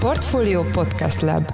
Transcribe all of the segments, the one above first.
Portfolio Podcast Lab.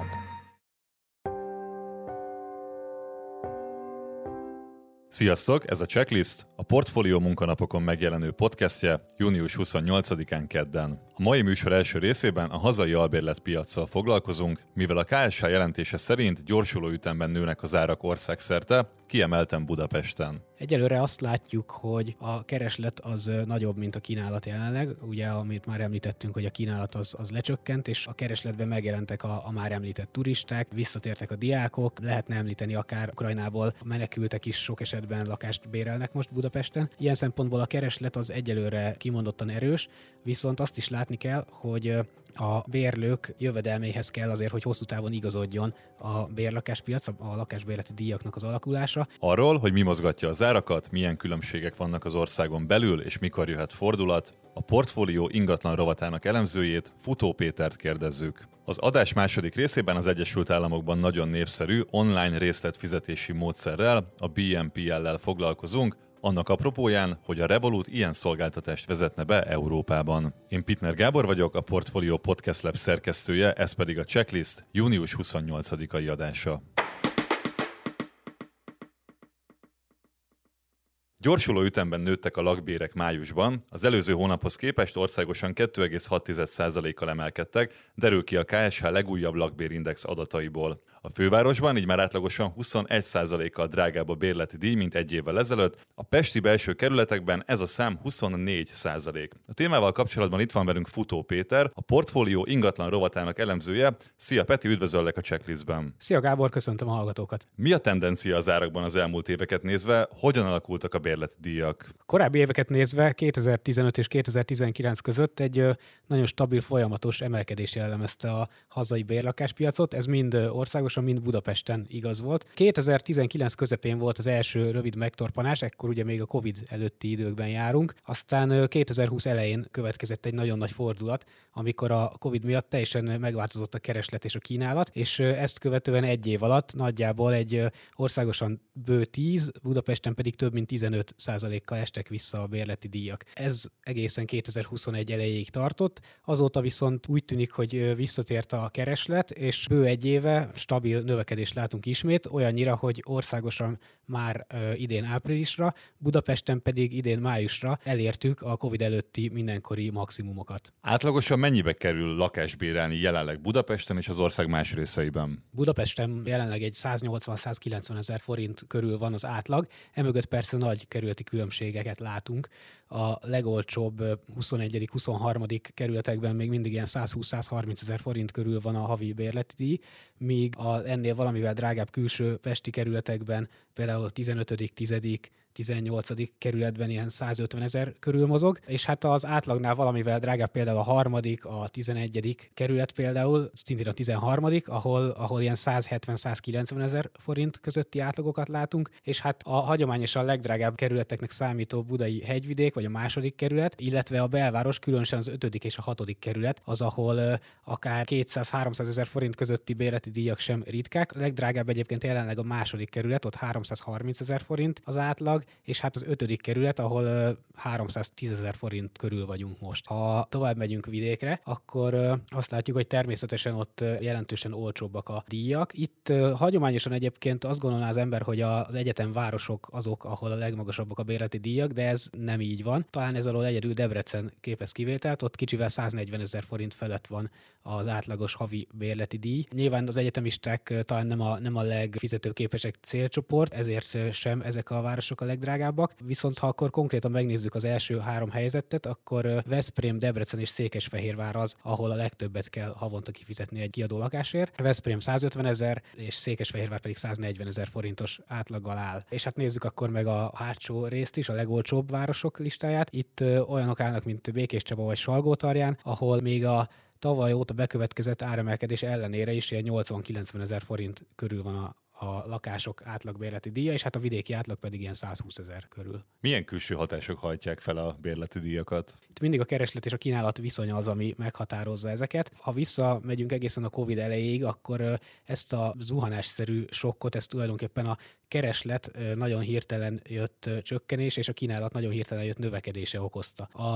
Sziasztok, ez a Checklist, a Portfolio munkanapokon megjelenő podcastje június 28-án kedden. A mai műsor első részében a hazai albérletpiaccal foglalkozunk, mivel a KSH jelentése szerint gyorsuló ütemben nőnek az árak országszerte, kiemelten Budapesten. Egyelőre azt látjuk, hogy a kereslet az nagyobb, mint a kínálat jelenleg. Ugye, amit már említettünk, hogy a kínálat az lecsökkent, és a keresletben megjelentek a már említett turisták, visszatértek a diákok, lehetne említeni akár Ukrajnából a menekültek is sok esetben lakást bérelnek most Budapesten. Ilyen szempontból a kereslet az egyelőre kimondottan erős, viszont azt is látni kell, hogy a bérlők jövedelméhez kell azért, hogy hosszú távon igazodjon a bérlakáspiac, a lakásbérleti díjaknak az alakulása. Arról, hogy mi mozgatja az árakat, milyen különbségek vannak az országon belül, és mikor jöhet fordulat, a Portfolio ingatlan rovatának elemzőjét, Futó Pétert kérdezzük. Az adás második részében az Egyesült Államokban nagyon népszerű online részletfizetési módszerrel, a BNPL-lel foglalkozunk, annak apropóján, hogy a Revolut ilyen szolgáltatást vezetne be Európában. Én Pitner Gábor vagyok, a Portfolio Podcast Lab szerkesztője, ez pedig a Checklist június 28-ai adása. Gyorsuló ütemben nőttek a lakbérek májusban, az előző hónaphoz képest országosan 2,6%-kal emelkedtek, derül ki a KSH legújabb lakbérindex adataiból. A fővárosban így már átlagosan 21%-kal drágább a bérleti díj, mint egy évvel ezelőtt, a pesti belső kerületekben ez a szám 24%. A témával kapcsolatban itt van velünk Futó Péter, a Portfolio ingatlan rovatának elemzője. Szia Peti, üdvözöllek a Checklistben. Szia Gábor, köszöntöm a hallgatókat. Mi a tendencia az árakban az elmúlt éveket nézve, hogyan alakultak a bérleti díjak? Korábbi éveket nézve 2015 és 2019 között egy nagyon stabil, folyamatos emelkedés jellemezte a hazai bérlakáspiacot, ez mind országosan, mind Budapesten igaz volt. 2019 közepén volt az első rövid megtorpanás, ekkor ugye még a Covid előtti időkben járunk, aztán 2020 elején következett egy nagyon nagy fordulat, amikor a Covid miatt teljesen megváltozott a kereslet és a kínálat, és ezt követően egy év alatt nagyjából egy országosan bő 10, Budapesten pedig több mint 15%-kal estek vissza a bérleti díjak. Ez egészen 2021 elejéig tartott, azóta viszont úgy tűnik, hogy visszatért a kereslet, és bő egy éve stabil növekedést látunk ismét, olyannyira, hogy országosan már idén áprilisra, Budapesten pedig idén májusra elértük a Covid előtti mindenkori maximumokat. Átlagosan mennyibe kerül lakást bérelni jelenleg Budapesten és az ország más részeiben? Budapesten jelenleg egy 180-190 ezer forint körül van az átlag, emögött persze nagy kerületi különbségeket látunk. A legolcsóbb 21.-23. kerületekben még mindig ilyen 120-130 ezer forint körül van a havi bérleti díj, míg ennél valamivel drágább külső pesti kerületekben, például 15., 10., 18. kerületben ilyen 150 ezer körül mozog, és hát az átlagnál valamivel drágább például a 3., a 11. kerület például, szintén a 13., ahol ilyen 170-190 ezer forint közötti átlagokat látunk, és hát a hagyományosan legdrágább kerületeknek számító budai hegyvidék, vagy a 2. kerület, illetve a belváros, különösen az 5. és a 6. kerület, az, ahol akár 200-300 ezer forint közötti bérleti díjak sem ritkák. A legdrágább egyébként jelenleg a 2. kerület, ott 330 ezer forint az átlag, és hát az 5. kerület, ahol 310 ezer forint körül vagyunk most. Ha tovább megyünk vidékre, akkor azt látjuk, hogy természetesen ott jelentősen olcsóbbak a díjak. Itt hagyományosan egyébként azt gondolná az ember, hogy az egyetemvárosok azok, ahol a legmagasabbak a bérleti díjak, de ez nem így van. Talán ez alól egyedül Debrecen képez kivételt, ott kicsivel 140 ezer forint felett van az átlagos havi bérleti díj. Nyilván az egyetemisták talán nem a legfizetőképesek célcsoport, ezért sem ezek a városok a legdrágábbak. Viszont ha akkor konkrétan megnézzük az első 3 helyzetet, akkor Veszprém, Debrecen és Székesfehérvár az, ahol a legtöbbet kell havonta kifizetni egy kiadó lakásért. Veszprém 150 ezer, és Székesfehérvár pedig 140 ezer forintos átlaggal áll. És hát nézzük akkor meg a hátsó részt is, a legolcsóbb városok listáját. Itt olyanok állnak, mint Békéscsaba vagy Salgótarján, ahol még a tavaly óta bekövetkezett áremelkedés ellenére is ilyen 80-90 ezer forint körül van a lakások átlagbérleti díja, és hát a vidéki átlag pedig ilyen 120 ezer körül. Milyen külső hatások hajtják fel a bérleti díjakat? Itt mindig a kereslet és a kínálat viszonya az, ami meghatározza ezeket. Ha visszamegyünk egészen a Covid elejéig, akkor ezt a zuhanásszerű sokkot, ezt tulajdonképpen a kereslet nagyon hirtelen jött csökkenés, és a kínálat nagyon hirtelen jött növekedése okozta. A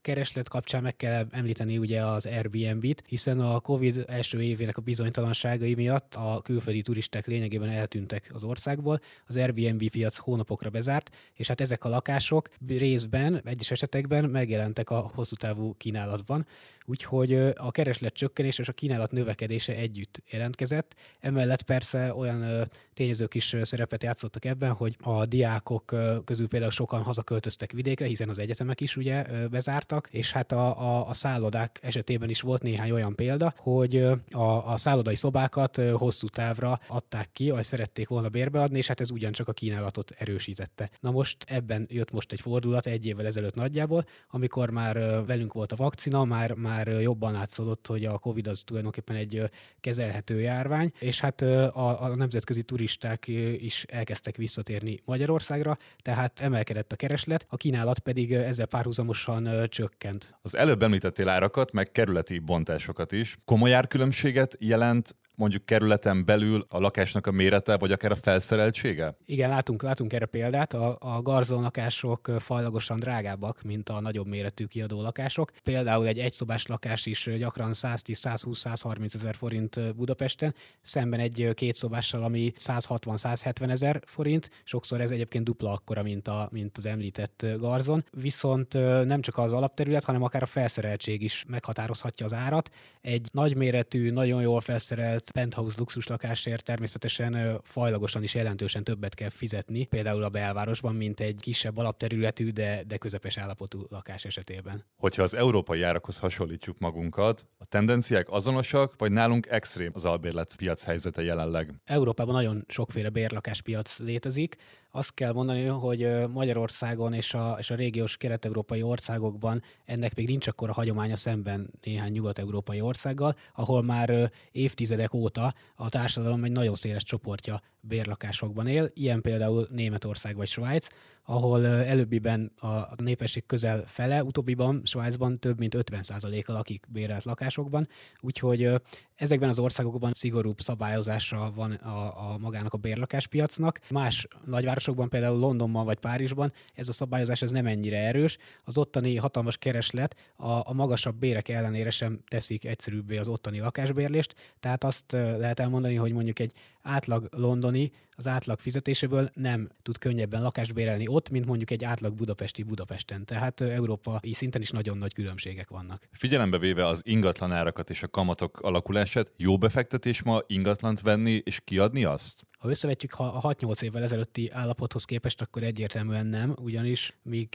kereslet kapcsán meg kell említeni ugye az Airbnb-t, hiszen a Covid első évének a bizonytalanságai miatt a külföldi turisták lényegében eltűntek az országból, az Airbnb piac hónapokra bezárt, és hát ezek a lakások részben, egyes esetekben megjelentek a hosszú távú kínálatban, úgyhogy a kereslet csökkenés és a kínálat növekedése együtt jelentkezett. Emellett persze olyan tényezők is szerepet játszottak ebben, hogy a diákok közül például sokan hazaköltöztek vidékre, hiszen az egyetemek is ugye bezártak, és hát a szállodák esetében is volt néhány olyan példa, hogy a szállodai szobákat hosszú távra adták ki, vagy szerették volna bérbeadni, és hát ez ugyancsak a kínálatot erősítette. Na most ebben jött most egy fordulat egy évvel ezelőtt nagyjából, amikor már velünk volt a vakcina, már jobban látszódott, hogy a Covid az tulajdonképpen egy kezelhető járvány, és hát a nemzetközi turisták is elkezdtek visszatérni Magyarországra, tehát emelkedett a kereslet, a kínálat pedig ezzel párhuzamosan csökkent. Az előbb említettél árakat, meg kerületi bontásokat is. Komoly árkülönbséget jelent mondjuk kerületen belül a lakásnak a mérete, vagy akár a felszereltsége? Igen, látunk erre példát. A garzon lakások fajlagosan drágábbak, mint a nagyobb méretű kiadó lakások. Például egy egyszobás lakás is gyakran 110-120-130 ezer forint Budapesten, szemben egy kétszobással, ami 160-170 ezer forint. Sokszor ez egyébként dupla akkora, mint az említett garzon. Viszont nem csak az alapterület, hanem akár a felszereltség is meghatározhatja az árat. Egy nagyméretű, nagyon jól felszerelt penthouse luxus lakásért természetesen fajlagosan is jelentősen többet kell fizetni, például a belvárosban, mint egy kisebb alapterületű, de közepes állapotú lakás esetében. Hogyha az európai árakhoz hasonlítjuk magunkat, a tendenciák azonosak, vagy nálunk extrém az albérlet piac helyzete jelenleg? Európában nagyon sokféle bérlakáspiac létezik. Azt kell mondani, hogy Magyarországon és a régiós kelet-európai országokban ennek még nincs akkora hagyománya szemben néhány nyugat-európai országgal, ahol már évtizedek óta a társadalom egy nagyon széles csoportja bérlakásokban él, ilyen például Németország vagy Svájc, ahol előbbiben a népesség közel fele, utóbbiban Svájcban több mint 50%-a lakik bérelt lakásokban, úgyhogy ezekben az országokban szigorúbb szabályozása van a magának a bérlakáspiacnak. Más nagyvárosokban, például Londonban vagy Párizsban ez a szabályozás ez nem ennyire erős. Az ottani hatalmas kereslet a magasabb bérek ellenére sem teszik egyszerűbbé az ottani lakásbérlést, tehát azt lehet elmondani, hogy mondjuk egy átlag londoni az átlag fizetéséből nem tud könnyebben lakást bérelni ott, mint mondjuk egy átlag budapesti Budapesten. Tehát európai szinten is nagyon nagy különbségek vannak. Figyelembe véve az ingatlan árakat és a kamatok alakulását, jó befektetés ma ingatlant venni és kiadni azt? Ha összevetjük a 6-8 évvel ezelőtti állapothoz képest, akkor egyértelműen nem, ugyanis míg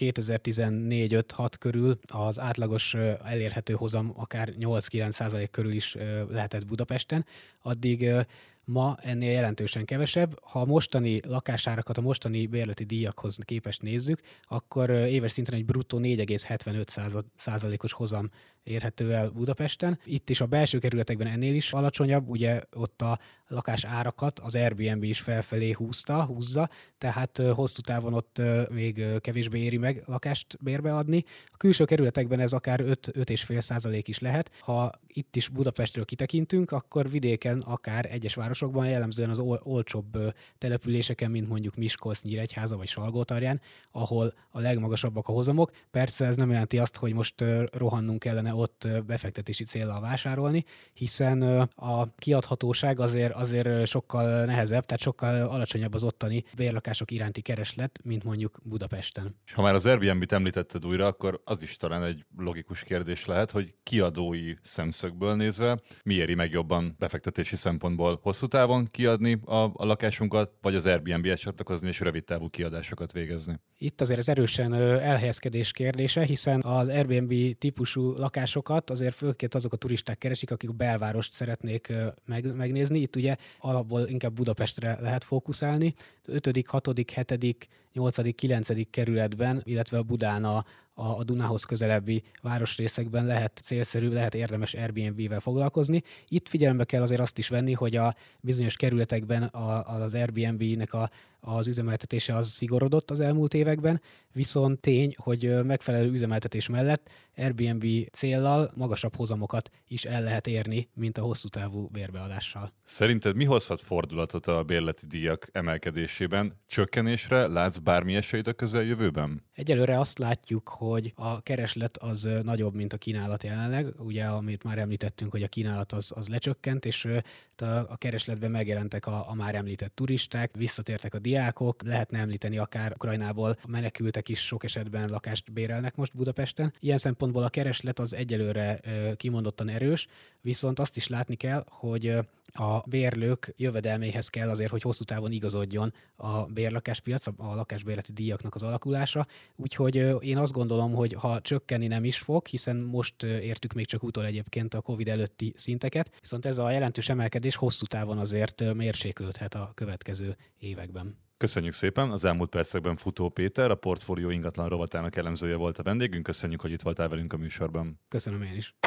2014-5-6 körül az átlagos elérhető hozam akár 8-9% körül is lehetett Budapesten, addig ma ennél jelentősen kevesebb. Ha a mostani lakásárakat a mostani bérleti díjakhoz képest nézzük, akkor éves szinten egy bruttó 4,75%-os hozam érhető el Budapesten. Itt is a belső kerületekben ennél is alacsonyabb, ugye ott a lakás árakat az Airbnb is felfelé húzza, tehát hosszú távon ott még kevésbé éri meg lakást bérbeadni. A külső kerületekben ez akár 5,5% is lehet. Ha itt is Budapestről kitekintünk, akkor vidéken akár egyes városokban, jellemzően az olcsóbb településeken, mint mondjuk Miskolc, Nyíregyháza vagy Salgótarján, ahol a legmagasabbak a hozamok. Persze ez nem jelenti azt, hogy most rohannunk kellene ott befektetési céllal vásárolni, hiszen a kiadhatóság azért sokkal nehezebb, tehát sokkal alacsonyabb az ottani bérlakások iránti kereslet, mint mondjuk Budapesten. És ha már az Airbnb-t említetted újra, akkor az is talán egy logikus kérdés lehet, hogy kiadói szemszögből nézve mi éri meg jobban befektetési szempontból hosszú távon kiadni a lakásunkat, vagy az Airbnb-et csatlakozni és rövid távú kiadásokat végezni? Itt azért ez erősen elhelyezkedés kérdése, hiszen az Airbnb típusú lakásokat azért főként azok a turisták keresik, akik a belvárost szeretnék megnézni. Itt ugye alapból inkább Budapestre lehet fókuszálni. 5., 6., 7., 8., 9. kerületben, illetve a Budán a Dunához közelebbi városrészekben lehet célszerű, lehet érdemes Airbnb-vel foglalkozni. Itt figyelembe kell azért azt is venni, hogy a bizonyos kerületekben az Airbnb-nek az üzemeltetése az szigorodott az elmúlt években, viszont tény, hogy megfelelő üzemeltetés mellett Airbnb céllal magasabb hozamokat is el lehet érni, mint a hosszú távú bérbeadással. Szerinted mi hozhat fordulatot a bérleti díjak emelkedésében? Csökkenésre látsz bármi esélyt a közeljövőben? Egyelőre azt látjuk, hogy a kereslet az nagyobb, mint a kínálat jelenleg. Ugye, amit már említettünk, hogy a kínálat az lecsökkent, és a keresletben megjelentek a már említett turisták, visszatértek a diákok, lehetne említeni akár Ukrajnából a menekültek is sok esetben lakást bérelnek most Budapesten. Ilyen szempontból a kereslet az egyelőre kimondottan erős, viszont azt is látni kell, hogy a bérlők jövedelméhez kell azért, hogy hosszú távon igazodjon a bérlakáspiac, a lakásbérleti díjaknak az alakulása. Úgyhogy én azt gondolom, hogy ha csökkenni nem is fog, hiszen most értük még csak utol egyébként a Covid előtti szinteket, viszont ez a jelentős emelkedés hosszú távon azért mérséklődhet a következő években. Köszönjük szépen! Az elmúlt percekben Futó Péter, a Portfólió ingatlan rovatának elemzője volt a vendégünk. Köszönjük, hogy itt voltál velünk a műsorban. Köszönöm én is.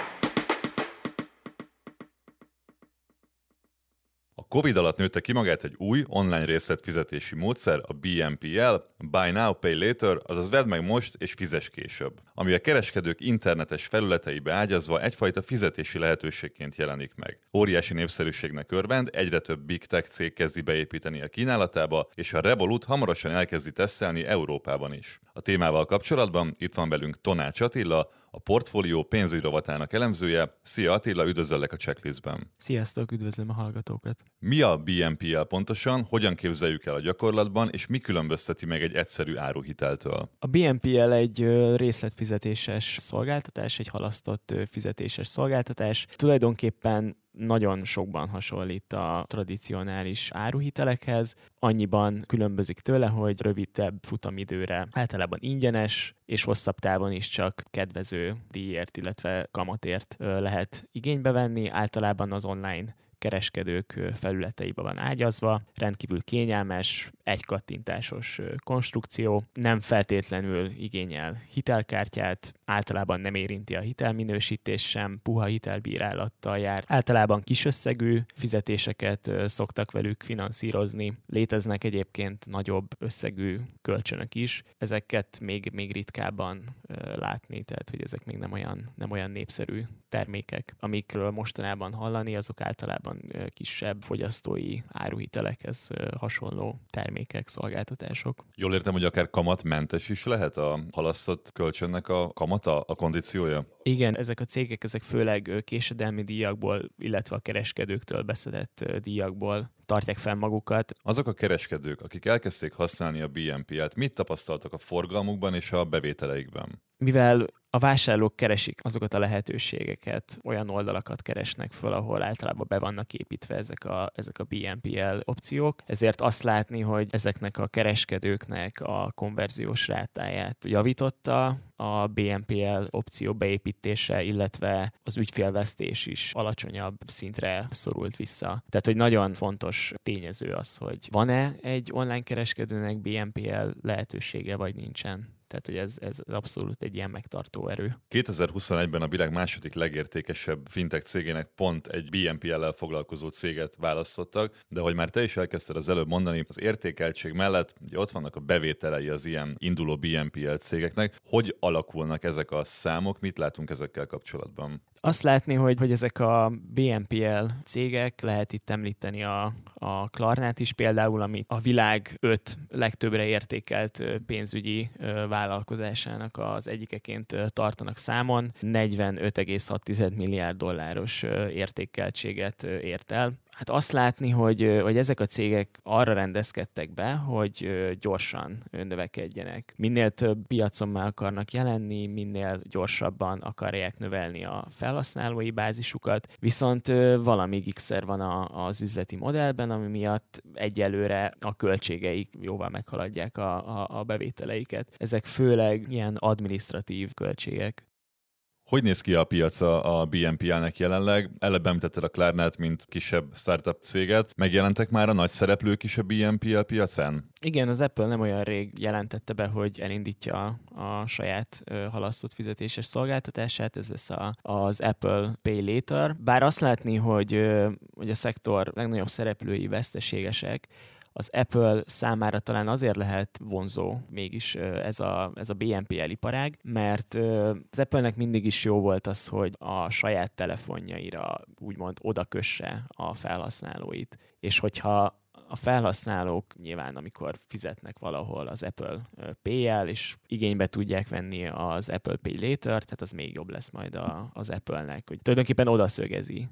A Covid alatt nőtte ki magát egy új online részletfizetési módszer, a BNPL, Buy Now, Pay Later, azaz vedd meg most és fizess később, ami a kereskedők internetes felületeibe ágyazva egyfajta fizetési lehetőségként jelenik meg. Óriási népszerűségnek örvend, egyre több big tech cég kezdi beépíteni a kínálatába, és a Revolut hamarosan elkezdi tesztelni Európában is. A témával kapcsolatban itt van velünk Tonács Attila, a Portfólió pénzügyi rovatának elemzője. Szia Attila, üdvözöllek a checklistben. Sziasztok, üdvözlöm a hallgatókat. Mi a BNPL pontosan, hogyan képzeljük el a gyakorlatban, és mi különbözteti meg egy egyszerű áruhiteltől? A BNPL egy részletfizetéses szolgáltatás, egy halasztott fizetéses szolgáltatás. Tulajdonképpen nagyon sokban hasonlít a tradicionális áruhitelekhez, annyiban különbözik tőle, hogy rövidebb futamidőre általában ingyenes, és hosszabb távon is csak kedvező díjért, illetve kamatért lehet igénybe venni. Általában az online kereskedők felületeibe van ágyazva, rendkívül kényelmes, egy kattintásos konstrukció, nem feltétlenül igényel hitelkártyát, általában nem érinti a hitelminősítés sem, puha hitelbírálattal jár. Általában kisösszegű fizetéseket szoktak velük finanszírozni. Léteznek egyébként nagyobb összegű kölcsönök is, ezeket még ritkábban látni, tehát hogy ezek még nem olyan népszerű termékek. Amikről mostanában hallani, azok általában kisebb fogyasztói áruhitelekhez hasonló termékek, szolgáltatások. Jól értem, hogy akár kamatmentes is lehet a halasztott kölcsönnek a kamata, a kondíciója? Igen, ezek a cégek, ezek főleg késedelmi díjakból, illetve a kereskedőktől beszedett díjakból tartják fel magukat. Azok a kereskedők, akik elkezdték használni a BNPL-t, mit tapasztaltak a forgalmukban és a bevételeikben? Mivel a vásárlók keresik azokat a lehetőségeket, olyan oldalakat keresnek föl, ahol általában be vannak építve ezek a BNPL opciók, ezért azt látni, hogy ezeknek a kereskedőknek a konverziós rátáját javította a BNPL opció beépítése, illetve az ügyfélvesztés is alacsonyabb szintre szorult vissza. Tehát, hogy nagyon fontos tényező az, hogy van-e egy online kereskedőnek BNPL lehetősége, vagy nincsen. Tehát, hogy ez abszolút egy ilyen megtartó erő. 2021-ben a világ második legértékesebb fintech cégének pont egy BNPL-lel foglalkozó céget választottak, de hogy már te is elkezdted az előbb mondani, az értékeltség mellett ugye ott vannak a bevételei az ilyen induló BNPL cégeknek. Hogy alakulnak ezek a számok, mit látunk ezekkel kapcsolatban? Azt látni, hogy ezek a BNPL cégek, lehet itt említeni a Klarnát is például, ami a világ 5 legtöbbre értékelt pénzügyi vállalkozásának az egyikeként tartanak számon. 45,6 milliárd dolláros értékeltséget ért el. Hát azt látni, hogy ezek a cégek arra rendezkedtek be, hogy gyorsan növekedjenek. Minél több piacon meg akarnak jelenni, minél gyorsabban akarják növelni a felhasználói bázisukat, viszont valami gigszer van az üzleti modellben, ami miatt egyelőre a költségeik jóval meghaladják a bevételeiket. Ezek főleg ilyen adminisztratív költségek. Hogy néz ki a piaca a BNPL-nek jelenleg? Előbb említetted a Klarnát, mint kisebb startup céget. Megjelentek már a nagy szereplők is a BNPL piacán? Igen, az Apple nem olyan rég jelentette be, hogy elindítja a saját halasztott fizetéses szolgáltatását, ez lesz az Apple Pay Later. Bár azt látni, hogy a szektor legnagyobb szereplői veszteségesek, az Apple számára talán azért lehet vonzó mégis ez a BNPL iparág, mert az Apple-nek mindig is jó volt az, hogy a saját telefonjaira úgymond odakösse a felhasználóit. És hogyha A felhasználók nyilván, amikor fizetnek valahol az Apple Pay-jel, és igénybe tudják venni az Apple Pay Later, tehát az még jobb lesz majd az Apple-nek, hogy tulajdonképpen odaszögezi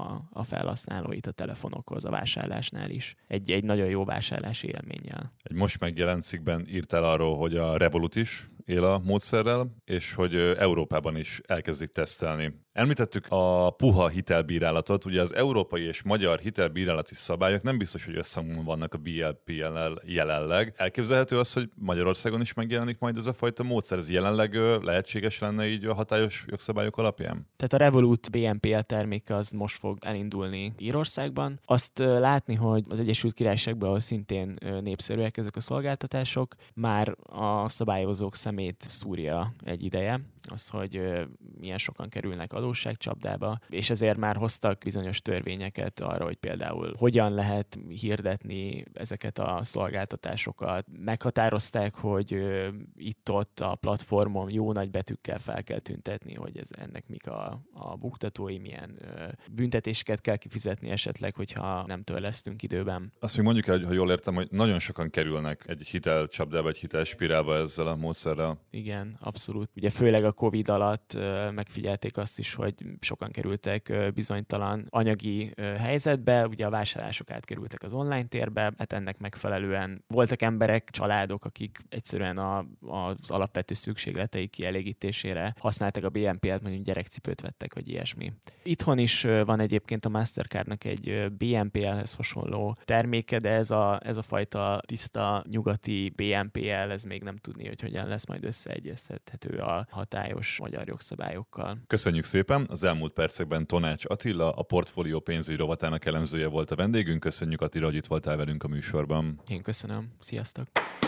a felhasználóit a telefonokhoz a vásárlásnál is. Egy nagyon jó vásárlási élménnyel. Egy most megjelent cikkben írtál arról, hogy a Revolut is él a módszerrel, és hogy Európában is elkezdik tesztelni. Említettük a puha hitelbírálatot, ugye az európai és magyar hitelbírálati szabályok nem biztos, hogy összhangban vannak a BLPL-nel jelenleg. Elképzelhető az, hogy Magyarországon is megjelenik majd ez a fajta módszer? Ez jelenleg lehetséges lenne így a hatályos jogszabályok alapján? Tehát a Revolut BNPL terméke az most fog elindulni Írországban. Azt látni, hogy az Egyesült Királyságban, ahol szintén népszerűek ezek a szolgáltatások, már a szabályozók szemét szúrja egy ideje, az, hogy milyen sokan kerülnek adósságcsapdába, és ezért már hoztak bizonyos törvényeket arra, hogy például hogyan lehet hirdetni ezeket a szolgáltatásokat. Meghatározták, hogy itt-ott a platformon jó nagy betűkkel fel kell tüntetni, hogy ennek mik a buktatói, milyen büntetéseket kell kifizetni esetleg, hogyha nem törlesztünk időben. Azt még mondjuk el, hogy ha jól értem, hogy nagyon sokan kerülnek egy hitelcsapdába, egy hitelspirálba ezzel a módszerrel. Igen, abszolút. Ugye főleg a Covid alatt megfigyelték azt is, hogy sokan kerültek bizonytalan anyagi helyzetbe, ugye a vásárlások átkerültek az online térbe, hát ennek megfelelően voltak emberek, családok, akik egyszerűen az alapvető szükségleteik kielégítésére használták a BNPL-t, mondjuk gyerekcipőt vettek, vagy ilyesmi. Itthon is van egyébként a Mastercardnak egy BNPL-hez hasonló terméke, de ez a fajta tiszta nyugati BNPL, ez még nem tudni, hogy hogyan lesz majd összeegyeztethető a hatályos magyar jogszabályokkal. Köszönjük szépen! Az elmúlt percekben Tonács Attila, a Portfolio pénzügyi rovatának elemzője volt a vendégünk. Köszönjük, Attila, hogy itt voltál velünk a műsorban. Én köszönöm. Sziasztok!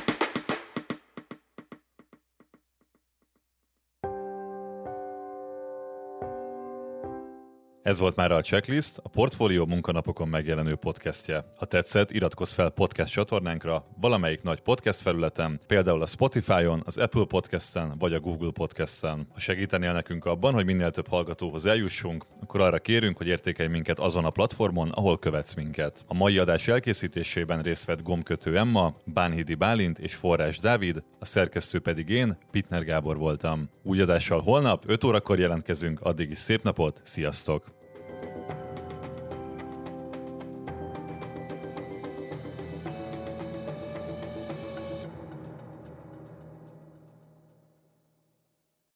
Ez volt már a Checklist, a Portfolio munkanapokon megjelenő podcastje. Ha tetszett, iratkozz fel podcast csatornánkra valamelyik nagy podcast felületen, például a Spotify-on, az Apple Podcast-en vagy a Google Podcast-en. Ha segítenél nekünk abban, hogy minél több hallgatóhoz eljussunk, akkor arra kérünk, hogy értékelj minket azon a platformon, ahol követsz minket. A mai adás elkészítésében részt vett Gombkötő Emma, Bánhidi Bálint és Forrás Dávid, a szerkesztő pedig én, Pittner Gábor voltam. Új adással holnap 5 órakor jelentkezünk, addig is szép napot, sziasztok!